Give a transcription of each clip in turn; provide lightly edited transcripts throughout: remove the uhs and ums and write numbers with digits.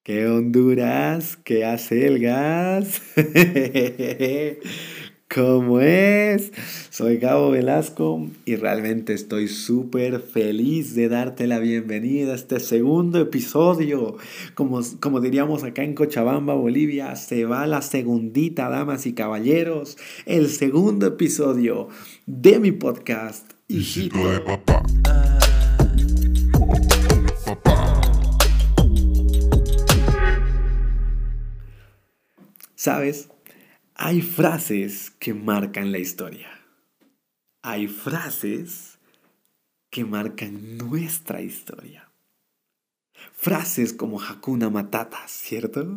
¿Qué Honduras? ¿Qué hace el gas? ¿Cómo es? Soy Gabo Velasco y realmente estoy súper feliz de darte la bienvenida a este segundo episodio. Como diríamos acá en Cochabamba, Bolivia, se va la segundita, damas y caballeros, el segundo episodio de mi podcast, Hijito Hijito de de papá, papá. ¿Sabes? Hay frases que marcan la historia. Hay frases que marcan nuestra historia. Frases como Hakuna Matata, ¿cierto?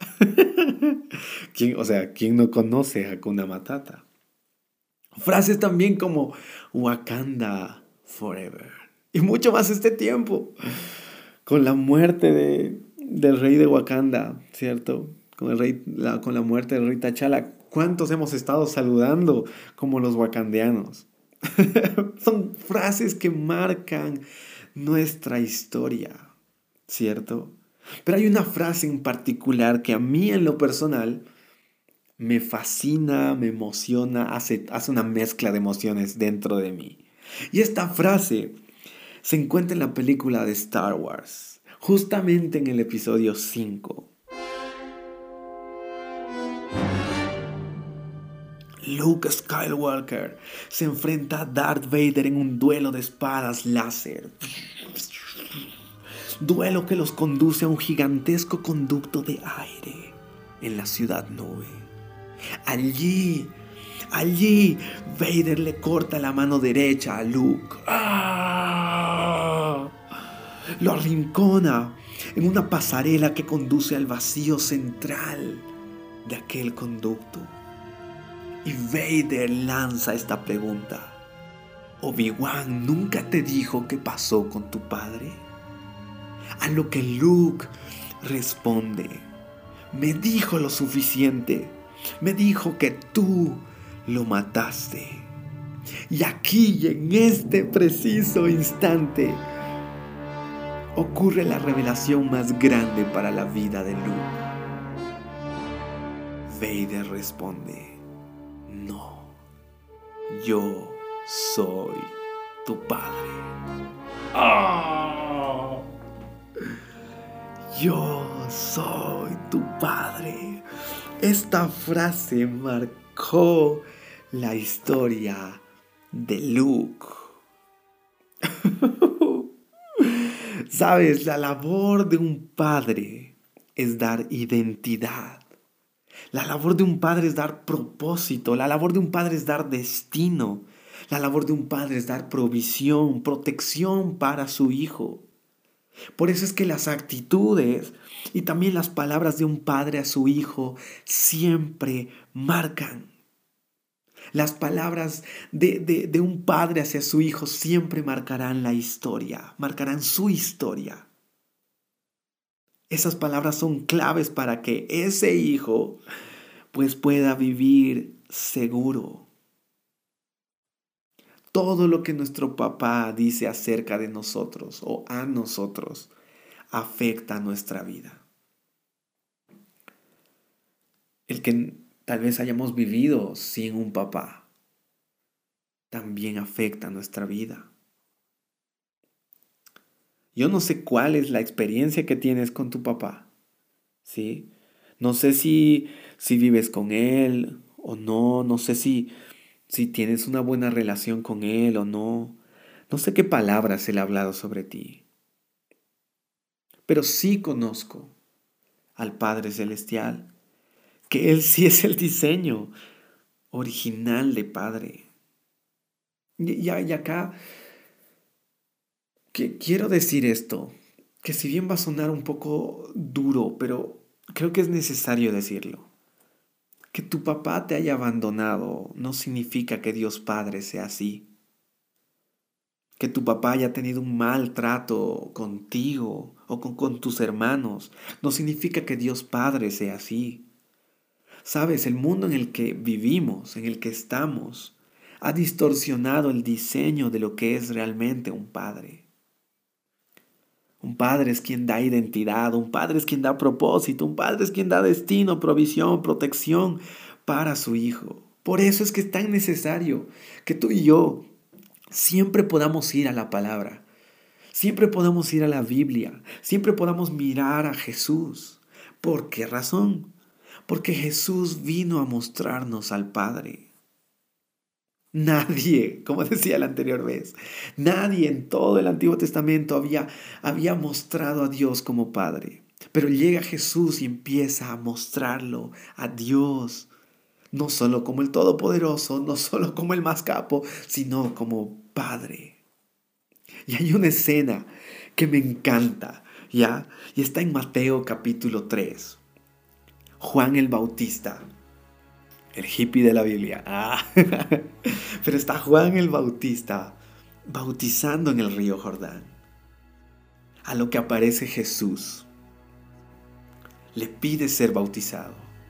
¿Quién no conoce Hakuna Matata? Frases también como Wakanda Forever. Y mucho más este tiempo. Con la muerte del rey de Wakanda, ¿cierto? Con la muerte del rey T'Challa. ¿Cuántos hemos estado saludando como los wakandianos? Son frases que marcan nuestra historia, ¿cierto? Pero hay una frase en particular que a mí en lo personal me fascina, me emociona, hace una mezcla de emociones dentro de mí. Y esta frase se encuentra en la película de Star Wars, justamente en el episodio 5. Luke Skywalker se enfrenta a Darth Vader en un duelo de espadas láser. Duelo que los conduce a un gigantesco conducto de aire en la ciudad nube. Allí, allí, Vader le corta la mano derecha a Luke. ¡Ah! Lo arrincona en una pasarela que conduce al vacío central de aquel conducto. Y Vader lanza esta pregunta. ¿Obi-Wan nunca te dijo qué pasó con tu padre? A lo que Luke responde, me dijo lo suficiente, me dijo que tú lo mataste. Y aquí, en este preciso instante, ocurre la revelación más grande para la vida de Luke. Vader responde, no, yo soy tu padre. ¡Oh! Yo soy tu padre. Esta frase marcó la historia de Luke. Sabes, la labor de un padre es dar identidad. La labor de un padre es dar propósito. La labor de un padre es dar destino. La labor de un padre es dar provisión, protección para su hijo. Por eso es que las actitudes y también las palabras de un padre a su hijo siempre marcan. Las palabras de un padre hacia su hijo siempre marcarán la historia, marcarán su historia. Esas palabras son claves para que ese hijo pues pueda vivir seguro. Todo lo que nuestro papá dice acerca de nosotros o a nosotros afecta nuestra vida. El que tal vez hayamos vivido sin un papá también afecta nuestra vida. Yo no sé cuál es la experiencia que tienes con tu papá, ¿sí? No sé si vives con él o no, no sé si tienes una buena relación con él o no. No sé qué palabras él ha hablado sobre ti, pero sí conozco al Padre Celestial, que él sí es el diseño original de Padre. Y acá quiero decir esto, que si bien va a sonar un poco duro, pero creo que es necesario decirlo. Que tu papá te haya abandonado no significa que Dios Padre sea así. Que tu papá haya tenido un mal trato contigo o con tus hermanos no significa que Dios Padre sea así. Sabes, el mundo en el que vivimos, en el que estamos, ha distorsionado el diseño de lo que es realmente un padre. Un padre es quien da identidad, un padre es quien da propósito, un padre es quien da destino, provisión, protección para su hijo. Por eso es que es tan necesario que tú y yo siempre podamos ir a la palabra, siempre podamos ir a la Biblia, siempre podamos mirar a Jesús. ¿Por qué razón? Porque Jesús vino a mostrarnos al Padre. Nadie, como decía la anterior vez, nadie en todo el Antiguo Testamento había mostrado a Dios como Padre. Pero llega Jesús y empieza a mostrarlo a Dios, no solo como el Todopoderoso, no solo como el más capo, sino como Padre. Y hay una escena que me encanta, ¿ya? Y está en Mateo capítulo 3. Juan el Bautista, el hippie de la Biblia. Pero está Juan el Bautista bautizando en el río Jordán. A lo que aparece Jesús. Le pide ser bautizado.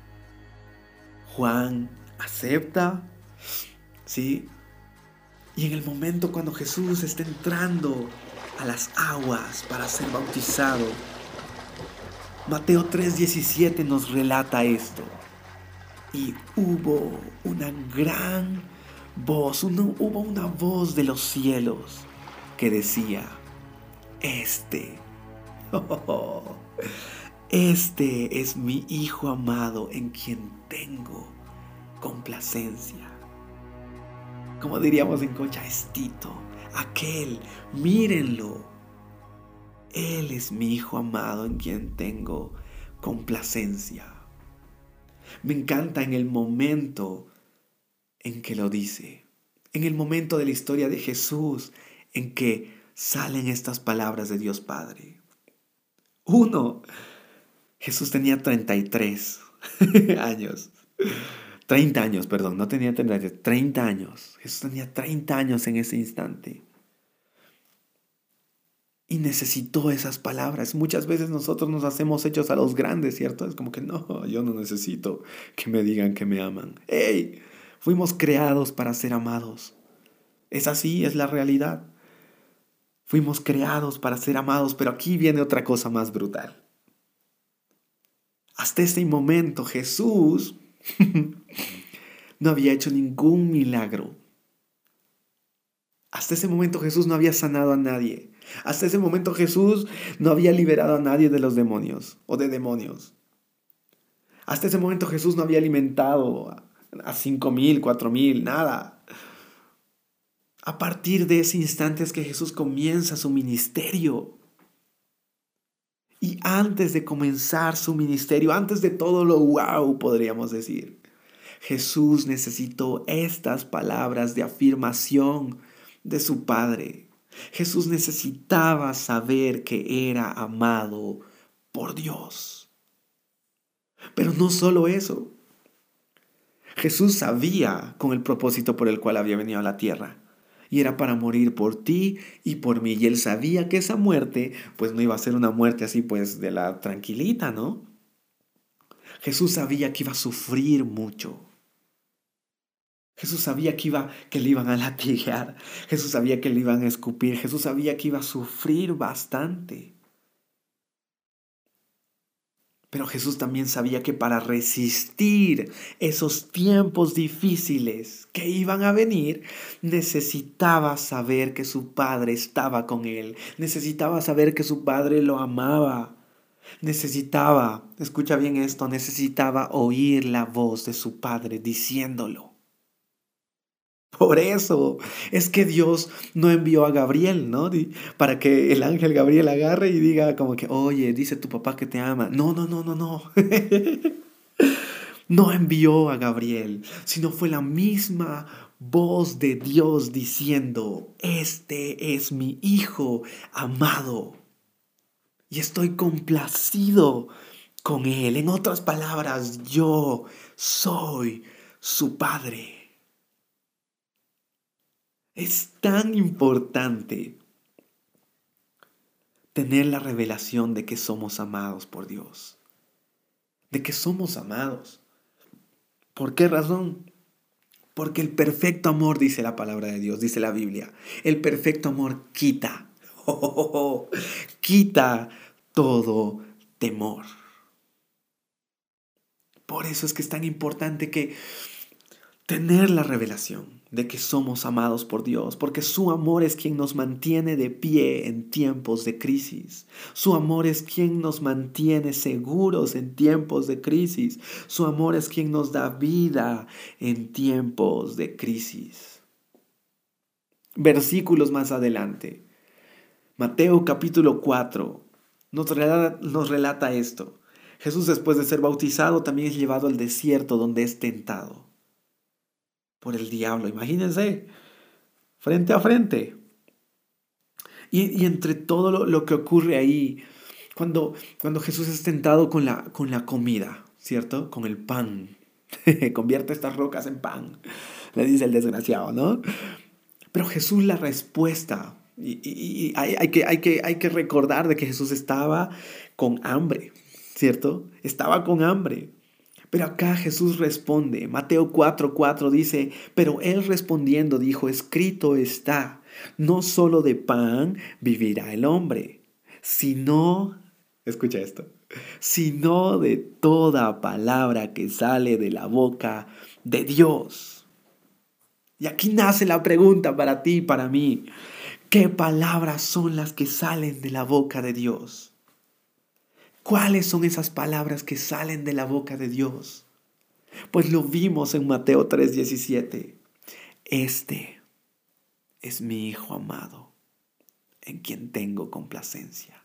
Juan acepta, ¿sí? Y en el momento cuando Jesús está entrando a las aguas para ser bautizado, Mateo 3:17 nos relata esto. Y hubo una gran voz, hubo una voz de los cielos que decía, oh, este es mi Hijo amado en quien tengo complacencia. Como diríamos en Concha, aquel, mírenlo. Él es mi Hijo amado en quien tengo complacencia. Me encanta en el momento en que lo dice, en el momento de la historia de Jesús en que salen estas palabras de Dios Padre. Jesús tenía 33 años. 30 años, perdón, no tenía 33, 30 años. Jesús tenía 30 años en ese instante. Y necesitó esas palabras. Muchas veces nosotros nos hacemos hechos a los grandes, ¿cierto? Es como que no, yo no necesito que me digan que me aman. ¡Ey! Fuimos creados para ser amados. Es así, es la realidad. Fuimos creados para ser amados, pero aquí viene otra cosa más brutal. Hasta ese momento Jesús no había hecho ningún milagro. Hasta ese momento Jesús no había sanado a nadie. Hasta ese momento Jesús no había liberado a nadie de los demonios o de demonios. Hasta ese momento Jesús no había alimentado a 5,000, 4,000, nada. A partir de ese instante es que Jesús comienza su ministerio. Y antes de comenzar su ministerio, antes de todo lo wow, podríamos decir, Jesús necesitó estas palabras de afirmación de su Padre. Jesús necesitaba saber que era amado por Dios. Pero no solo eso. Jesús sabía con el propósito por el cual había venido a la tierra. Y era para morir por ti y por mí. Y él sabía que esa muerte, pues no iba a ser una muerte así, pues de la tranquilita, ¿no? Jesús sabía que iba a sufrir mucho. Jesús sabía que le iban a latigar. Jesús sabía que le iban a escupir. Jesús sabía que iba a sufrir bastante. Pero Jesús también sabía que para resistir esos tiempos difíciles que iban a venir, necesitaba saber que su Padre estaba con él. Necesitaba saber que su Padre lo amaba. Necesitaba, escucha bien esto, necesitaba oír la voz de su Padre diciéndolo. Por eso es que Dios no envió a Gabriel, ¿no? Para que el ángel Gabriel agarre y diga como que, oye, dice tu papá que te ama. No, no, no, no, no. No envió a Gabriel, sino fue la misma voz de Dios diciendo, este es mi hijo amado y estoy complacido con él. En otras palabras, yo soy su padre. Es tan importante tener la revelación de que somos amados por Dios. De que somos amados. ¿Por qué razón? Porque el perfecto amor, dice la palabra de Dios, dice la Biblia, el perfecto amor quita. quita todo temor. Por eso es que es tan importante que tener la revelación de que somos amados por Dios, porque su amor es quien nos mantiene de pie en tiempos de crisis. Su amor es quien nos mantiene seguros en tiempos de crisis. Su amor es quien nos da vida en tiempos de crisis. Versículos más adelante. Mateo capítulo 4 nos relata esto. Jesús, después de ser bautizado, también es llevado al desierto donde es tentado por el diablo. Imagínense, frente a frente. Y entre todo lo que ocurre ahí, cuando Jesús es tentado con la comida, ¿cierto? Con el pan. Convierte estas rocas en pan, le dice el desgraciado, ¿no? Pero Jesús la respuesta, y hay que recordar de que Jesús estaba con hambre, ¿cierto? Estaba con hambre. Pero acá Jesús responde, Mateo 4:4 dice, pero él respondiendo dijo, escrito está, no solo de pan vivirá el hombre, sino, escucha esto, sino de toda palabra que sale de la boca de Dios. Y aquí nace la pregunta para ti y para mí, ¿qué palabras son las que salen de la boca de Dios? ¿Cuáles son esas palabras que salen de la boca de Dios? Pues lo vimos en Mateo 3:17. Este es mi Hijo amado, en quien tengo complacencia.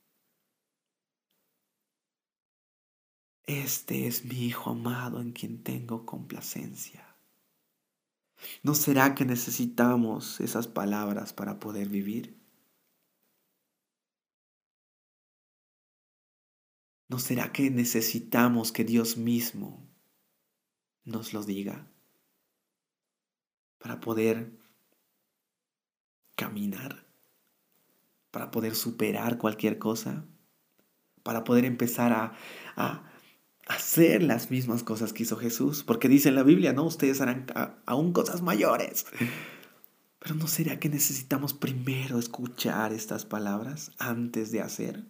Este es mi Hijo amado, en quien tengo complacencia. ¿No será que necesitamos esas palabras para poder vivir? ¿No será que necesitamos que Dios mismo nos lo diga para poder caminar, para poder superar cualquier cosa, para poder empezar a hacer las mismas cosas que hizo Jesús? Porque dice en la Biblia, ¿no? Ustedes harán aún cosas mayores. Pero ¿no será que necesitamos primero escuchar estas palabras antes de hacer?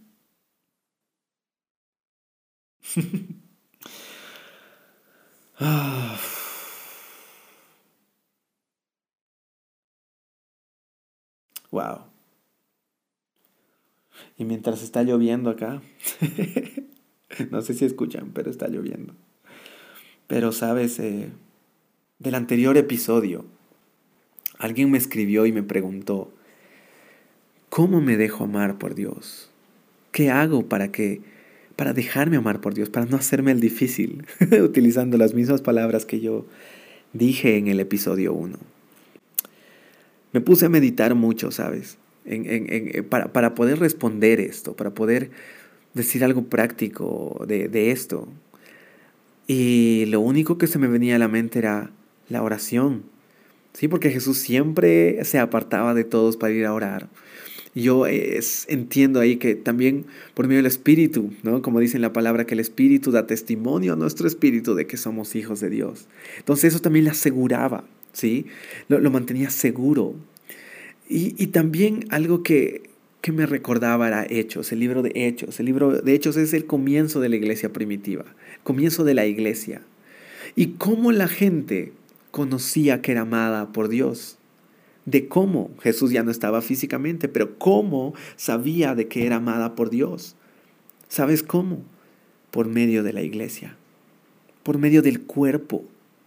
Ah, wow. Y mientras está lloviendo acá, no sé si escuchan, pero está lloviendo. Pero sabes, del anterior episodio, alguien me escribió y me preguntó, ¿cómo me dejo amar por Dios? ¿Qué hago para dejarme amar por Dios, para no hacerme el difícil? Utilizando las mismas palabras que yo dije en el episodio 1. Me puse a meditar mucho, ¿sabes? Para poder responder esto, para poder decir algo práctico de esto. Y lo único que se me venía a la mente era la oración. Sí, porque Jesús siempre se apartaba de todos para ir a orar. Y yo entiendo ahí que también por medio del Espíritu, ¿no? Como dice en la palabra, que el Espíritu da testimonio a nuestro espíritu de que somos hijos de Dios. Entonces eso también le aseguraba, ¿sí? Lo mantenía seguro. Y también algo que me recordaba era Hechos, el libro de Hechos. El libro de Hechos es el comienzo de la iglesia primitiva, comienzo de la iglesia. Y cómo la gente conocía que era amada por Dios. De cómo Jesús ya no estaba físicamente, pero cómo sabía de que era amada por Dios. ¿Sabes cómo? Por medio de la iglesia, por medio del cuerpo.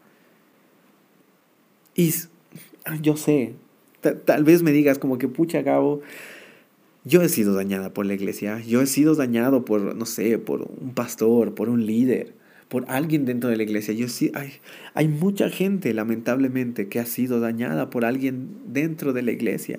Y yo sé, tal vez me digas como que, pucha, Gabo, yo he sido dañada por la iglesia, yo he sido dañado por, no sé, por un pastor, por un líder, por alguien dentro de la iglesia. Hay mucha gente, lamentablemente, que ha sido dañada por alguien dentro de la iglesia.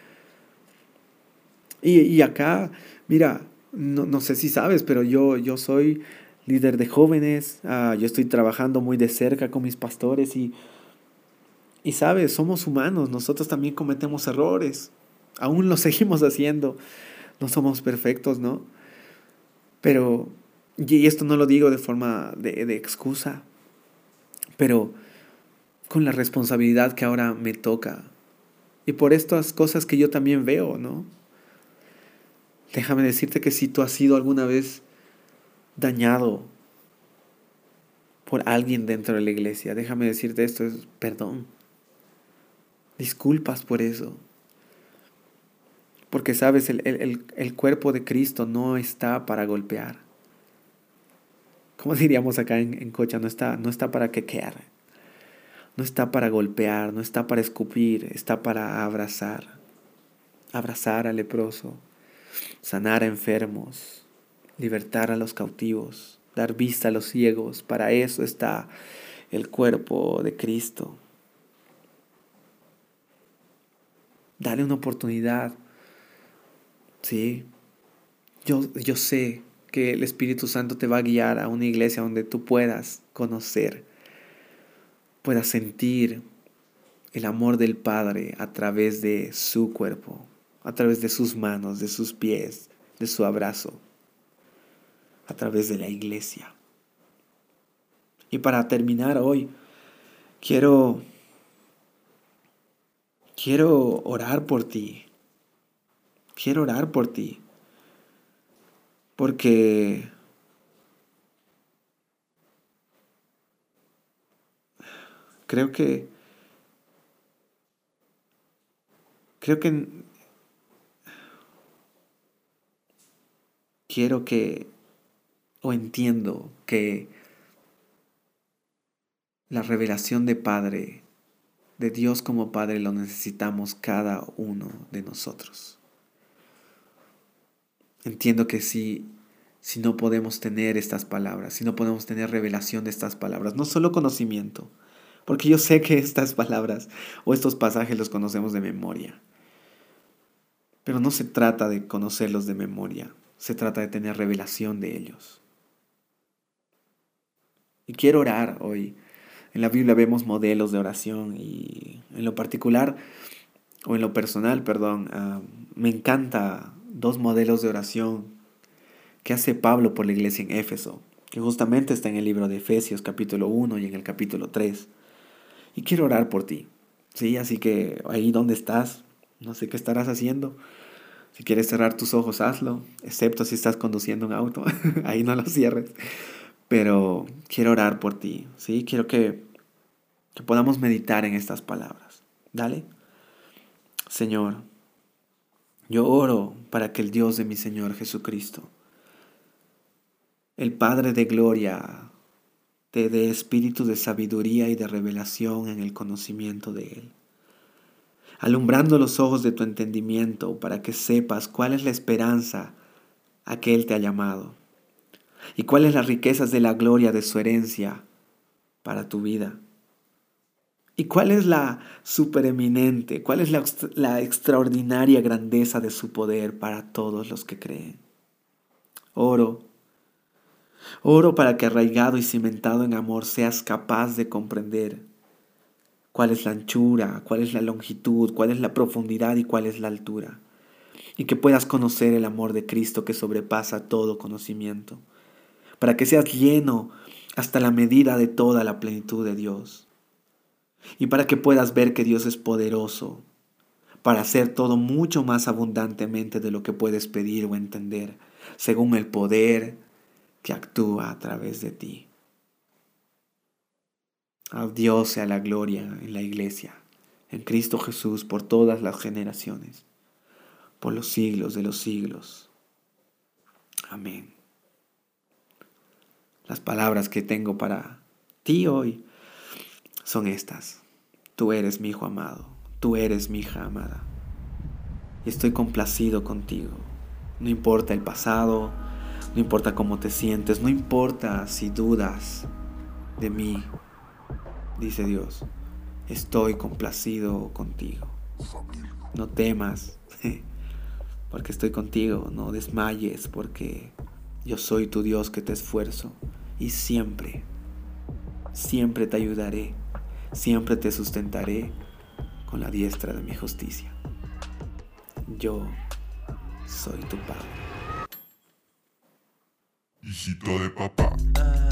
Y acá, mira, no sé si sabes, pero yo soy líder de jóvenes, yo estoy trabajando muy de cerca con mis pastores y sabes, somos humanos, nosotros también cometemos errores, aún lo seguimos haciendo, no somos perfectos, ¿no? Pero, y esto no lo digo de forma de excusa, pero con la responsabilidad que ahora me toca y por estas cosas que yo también veo, ¿no? Déjame decirte que si tú has sido alguna vez dañado por alguien dentro de la iglesia, déjame decirte esto, es perdón. Disculpas por eso. Porque sabes, el cuerpo de Cristo no está para golpear. Como diríamos acá en Cocha, no está para quequear. No está para golpear, no está para escupir, está para abrazar. Abrazar al leproso, sanar a enfermos, libertar a los cautivos, dar vista a los ciegos. Para eso está el cuerpo de Cristo. Dale una oportunidad. Sí, yo sé que el Espíritu Santo te va a guiar a una iglesia donde tú puedas conocer, puedas sentir el amor del Padre a través de su cuerpo, a través de sus manos, de sus pies, de su abrazo, a través de la iglesia. Y para terminar hoy, quiero orar por ti. Quiero orar por ti. Porque creo que quiero que o entiendo que la revelación de Padre, de Dios como Padre, lo necesitamos cada uno de nosotros. Entiendo que si no podemos tener estas palabras, si no podemos tener revelación de estas palabras, no solo conocimiento, porque yo sé que estas palabras o estos pasajes los conocemos de memoria, pero no se trata de conocerlos de memoria, se trata de tener revelación de ellos. Y quiero orar hoy. En la Biblia vemos modelos de oración y en lo particular, o en lo personal, me encanta 2 modelos de oración que hace Pablo por la iglesia en Éfeso, que justamente está en el libro de Efesios capítulo 1 y en el capítulo 3. Y quiero orar por ti, ¿sí? Así que ahí donde estás, no sé qué estarás haciendo. Si quieres cerrar tus ojos, hazlo, excepto si estás conduciendo un auto, ahí no lo cierres. Pero quiero orar por ti, ¿sí? Quiero que podamos meditar en estas palabras. Dale. Señor, yo oro para que el Dios de mi Señor Jesucristo, el Padre de gloria, te dé espíritu de sabiduría y de revelación en el conocimiento de Él, alumbrando los ojos de tu entendimiento para que sepas cuál es la esperanza a que Él te ha llamado y cuáles las riquezas de la gloria de su herencia para tu vida. ¿Y cuál es la supereminente, cuál es la extraordinaria grandeza de su poder para todos los que creen? Oro para que arraigado y cimentado en amor seas capaz de comprender cuál es la anchura, cuál es la longitud, cuál es la profundidad y cuál es la altura. Y que puedas conocer el amor de Cristo que sobrepasa todo conocimiento, para que seas lleno hasta la medida de toda la plenitud de Dios. Y para que puedas ver que Dios es poderoso para hacer todo mucho más abundantemente de lo que puedes pedir o entender, según el poder que actúa a través de ti. A Dios sea la gloria en la iglesia, en Cristo Jesús, por todas las generaciones, por los siglos de los siglos. Amén. Las palabras que tengo para ti hoy son estas. Tú eres mi hijo amado, tú eres mi hija amada. Y estoy complacido contigo. No importa el pasado, no importa cómo te sientes, no importa si dudas de mí, dice Dios. Estoy complacido contigo. No temas, porque estoy contigo. No desmayes, porque yo soy tu Dios que te esfuerzo. Y siempre te ayudaré. Siempre te sustentaré con la diestra de mi justicia. Yo soy tu Padre. Hijito de papá.